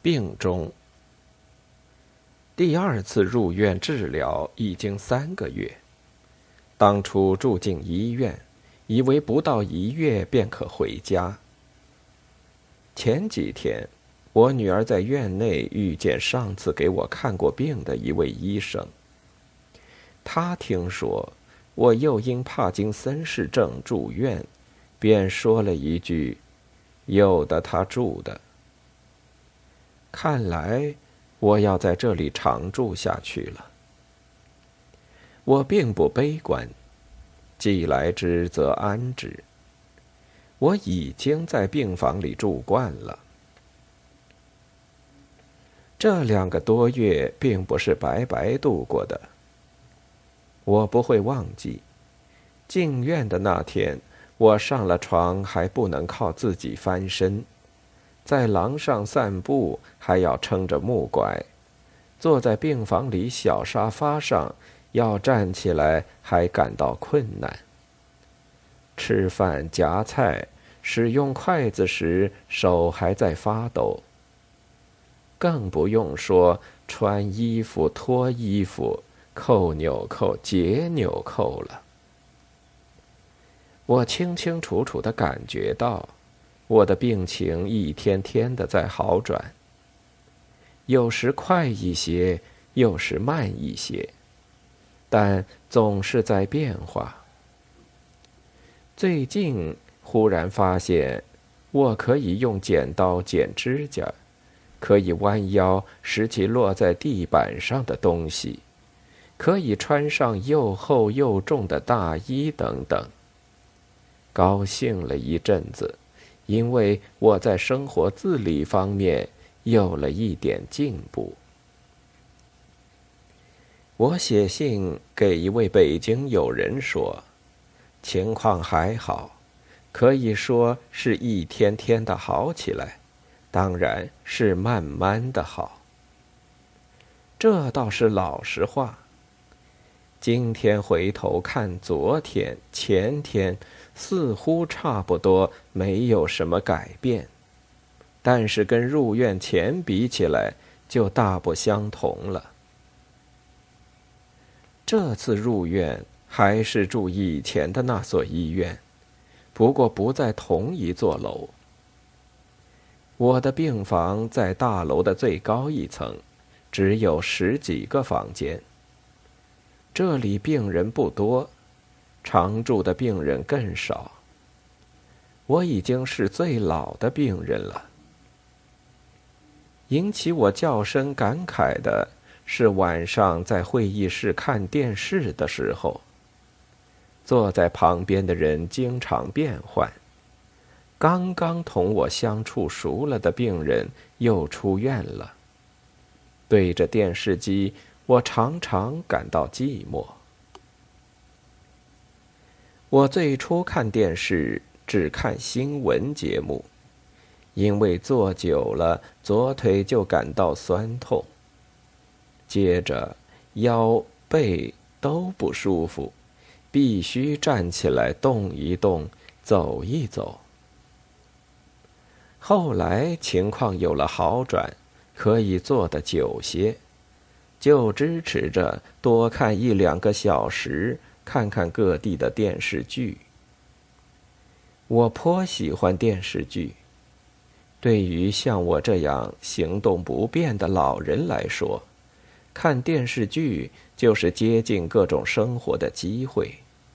病中。第二次入院治疗已经3个月。当初住进医院，以为不到1月便可回家。前几天，我女儿在院内遇见上次给我看过病的一位医生。他听说我又因帕金森氏症住院，便说了一句：“有的他住的。”看来我要在这里常住下去了。我并不悲观，既来之则安之。我已经在病房里住惯了。这2个多月并不是白白度过的。我不会忘记，进院的那天，我上了床还不能靠自己翻身，在廊上散步还要撑着木拐，坐在病房里小沙发上要站起来还感到困难。吃饭夹菜，使用筷子时手还在发抖。更不用说穿衣服、脱衣服、扣纽扣、解纽扣了。我清清楚楚地感觉到，我的病情一天天的在好转，有时快一些，有时慢一些，但总是在变化。最近忽然发现，我可以用剪刀剪指甲，可以弯腰拾起落在地板上的东西，可以穿上又厚又重的大衣等等。高兴了一阵子，因为我在生活自理方面有了一点进步。我写信给一位北京友人说，情况还好，可以说是一天天的好起来，当然是慢慢的好。这倒是老实话。今天回头看昨天、前天，似乎差不多没有什么改变，但是跟入院前比起来，就大不相同了。这次入院还是住以前的那所医院，不过不在同一座楼。我的病房在大楼的最高一层，只有10几个房间。这里病人不多，常住的病人更少。我已经是最老的病人了。引起我较深感慨的是晚上在会议室看电视的时候，坐在旁边的人经常变换。刚刚同我相处熟了的病人又出院了。对着电视机，我常常感到寂寞。我最初看电视只看新闻节目，因为坐久了，左腿就感到酸痛。接着腰背都不舒服，必须站起来动一动，走一走。后来情况有了好转，可以坐得久些，就支持着多看1、2个小时，看看各地的电视剧。我颇喜欢电视剧。对于像我这样行动不便的老人来说，看电视剧就是接近各种生活的机会。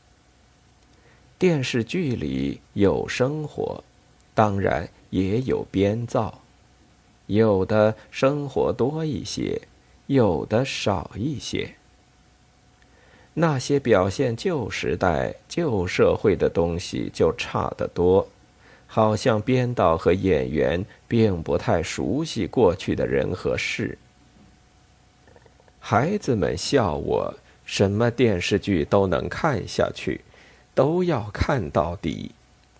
电视剧里有生活，当然也有编造，有的生活多一些，有的少一些。那些表现旧时代、旧社会的东西就差得多，好像编导和演员并不太熟悉过去的人和事。孩子们笑我，什么电视剧都能看下去，都要看到底。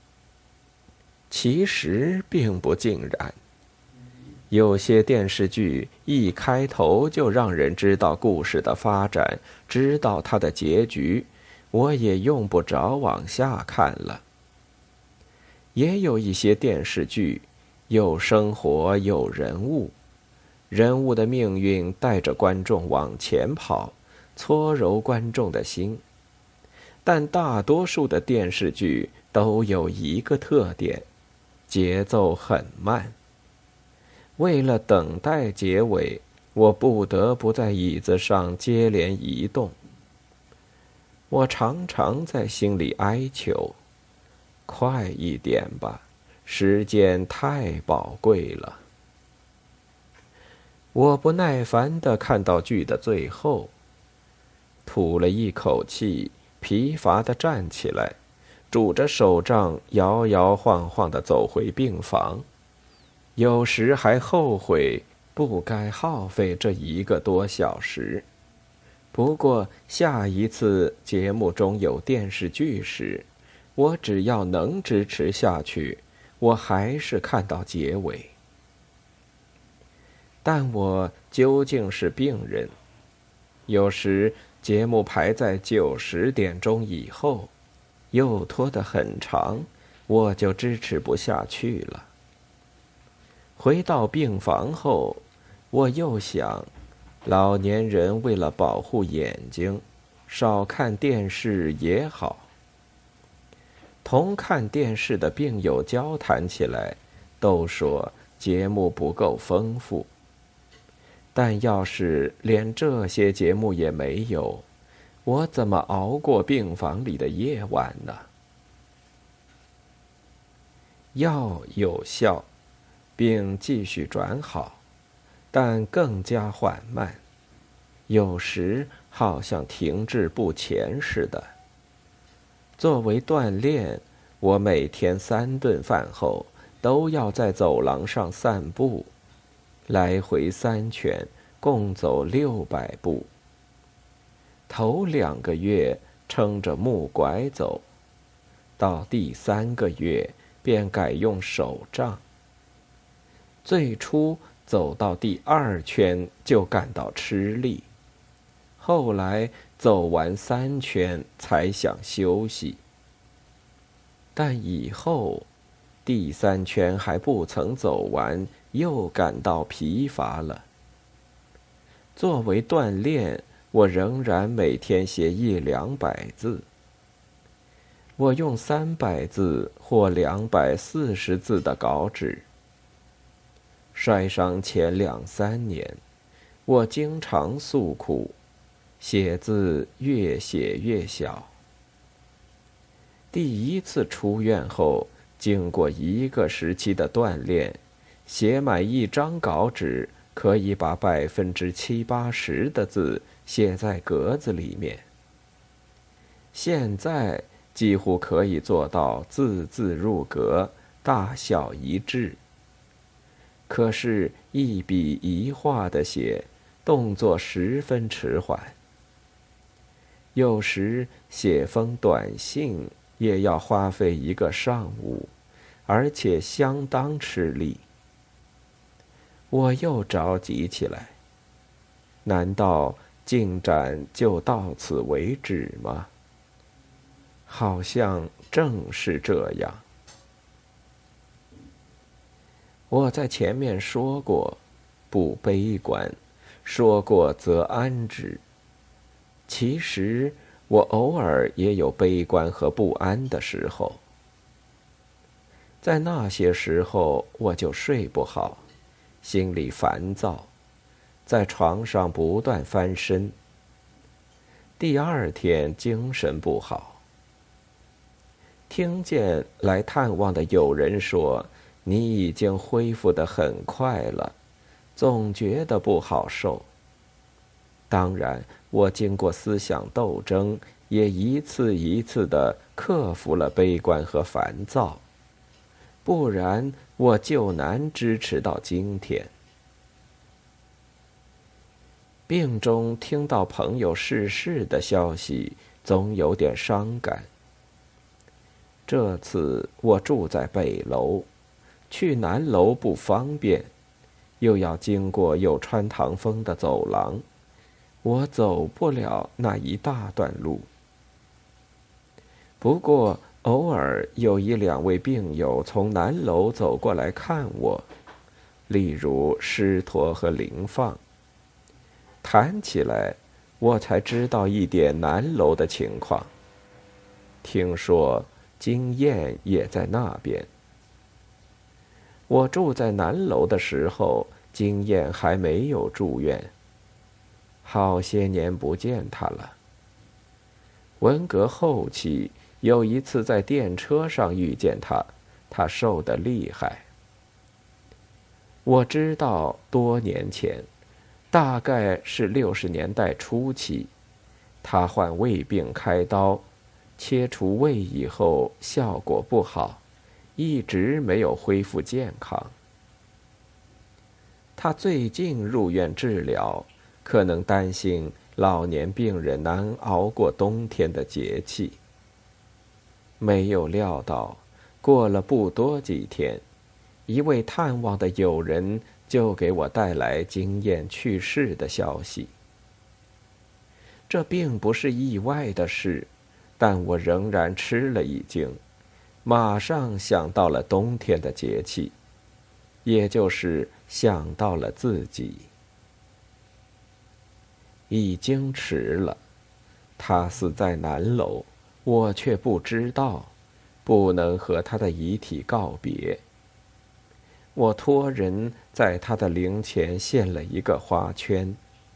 其实并不尽然。有些电视剧一开头就让人知道故事的发展，知道它的结局，我也用不着往下看了。也有一些电视剧，有生活有人物， 人物的命运带着观众往前跑，搓揉观众的心。但大多数的电视剧都有一个特点，节奏很慢。为了等待结尾，我不得不在椅子上接连移动。我常常在心里哀求：快一点吧，时间太宝贵了。我不耐烦地看到剧的最后，吐了一口气，疲乏地站起来，拄着手杖摇摇晃晃地走回病房。有时还后悔不该耗费这1个多小时。不过下一次节目中有电视剧时，我只要能支持下去，我还是看到结尾。但我究竟是病人，有时节目排在9、10点钟以后，又拖得很长，我就支持不下去了。回到病房后，我又想，老年人为了保护眼睛，少看电视也好。同看电视的病友交谈起来，都说节目不够丰富。但要是连这些节目也没有，我怎么熬过病房里的夜晚呢？药有效，病继续转好，但更加缓慢，有时好像停滞不前似的。作为锻炼，我每天3顿饭后都要在走廊上散步，来回3圈，共走600步。头2个月撑着木拐走，到第3个月便改用手杖。最初走到第2圈就感到吃力，后来走完3圈才想休息。但以后第3圈还不曾走完，又感到疲乏了。作为锻炼，我仍然每天写100-200字。我用300字或240字的稿纸。摔伤前2、3年，我经常诉苦，写字越写越小。第1次出院后，经过1个时期的锻炼，写满1张稿纸，可以把70%、80%的字写在格子里面。现在几乎可以做到字字入格，大小一致。可是，一笔一画的写，动作十分迟缓。有时写封短信也要花费1个上午，而且相当吃力。我又着急起来。难道进展就到此为止吗？好像正是这样。我在前面说过，不悲观，说过则安之。其实我偶尔也有悲观和不安的时候。在那些时候，我就睡不好，心里烦躁，在床上不断翻身。第2天精神不好。听见来探望的友人说，你已经恢复得很快了，总觉得不好受。当然，我经过思想斗争，也一次一次地克服了悲观和烦躁，不然我就难支持到今天。病中听到朋友逝世的消息，总有点伤感。这次我住在北楼，去南楼不方便，又要经过有穿堂风的走廊，我走不了那一大段路。不过偶尔有1、2位病友从南楼走过来看我， 例如狮驼和灵放。谈起来，我才知道一点南楼的情况。听说金燕也在那边。我住在南楼的时候，金燕还没有住院。好些年不见她了。文革后期，有一次在电车上遇见她，她瘦得厉害。我知道多年前，大概是60年代初期，她患胃病开刀，切除胃以后效果不好，一直没有恢复健康。她最近入院治疗，可能担心老年病人难熬过冬天的节气。没有料到，过了不多几天，一位探望的友人就给我带来金燕去世的消息。这并不是意外的事，但我仍然吃了一惊，马上想到了冬天的节气，也就是想到了自己。已经迟了，他死在南楼，我却不知道，不能和他的遗体告别。我托人在他的灵前献了一个花圈。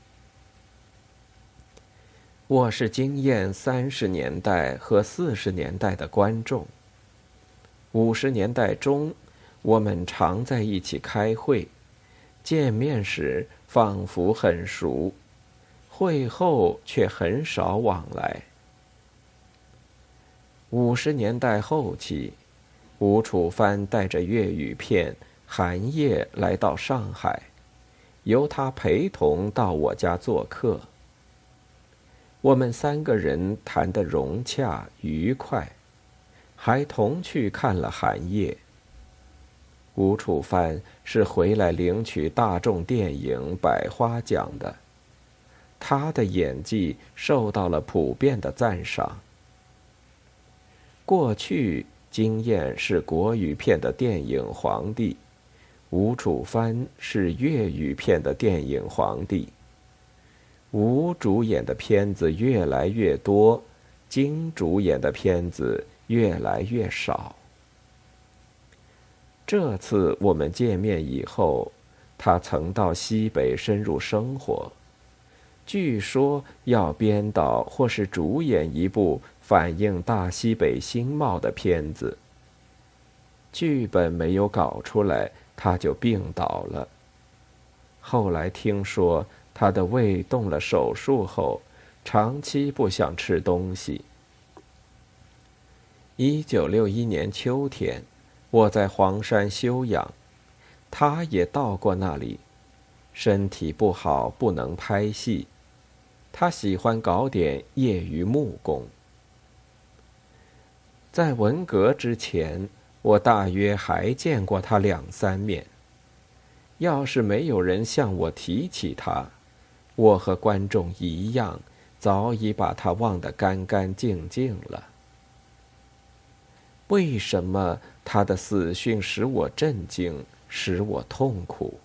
我是经验30年代和40年代的观众。50年代中，我们常在一起开会，见面时仿佛很熟，会后却很少往来。50年代后期，吴楚帆带着粤语片《寒夜》来到上海，由他陪同到我家做客。我们3个人谈得融洽愉快，还同去看了《寒夜》。吴楚帆是回来领取大众电影百花奖的，他的演技受到了普遍的赞赏。过去，金燕是国语片的电影皇帝，吴楚帆是粤语片的电影皇帝。吴主演的片子越来越多，金主演的片子越来越少。这次我们见面以后，他曾到西北深入生活，据说要编导或是主演一部反映大西北兴贸的片子。剧本没有搞出来，他就病倒了。后来听说他的胃动了手术后，长期不想吃东西。1961年秋天，我在黄山休养，他也到过那里。身体不好，不能拍戏，他喜欢搞点业余木工。在文革之前，我大约还见过他2、3面。要是没有人向我提起他，我和观众一样，早已把他忘得干干净净了。为什么他的死讯使我震惊，使我痛苦？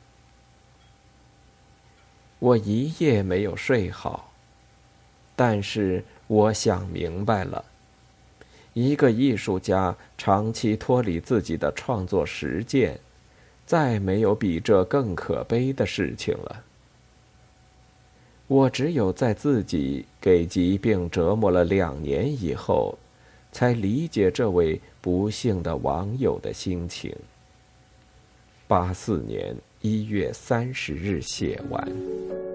我一夜没有睡好，但是我想明白了，一个艺术家长期脱离自己的创作实践，再没有比这更可悲的事情了。我只有在自己给疾病折磨了2年以后，才理解这位不幸的网友的心情。84年1月30日写完。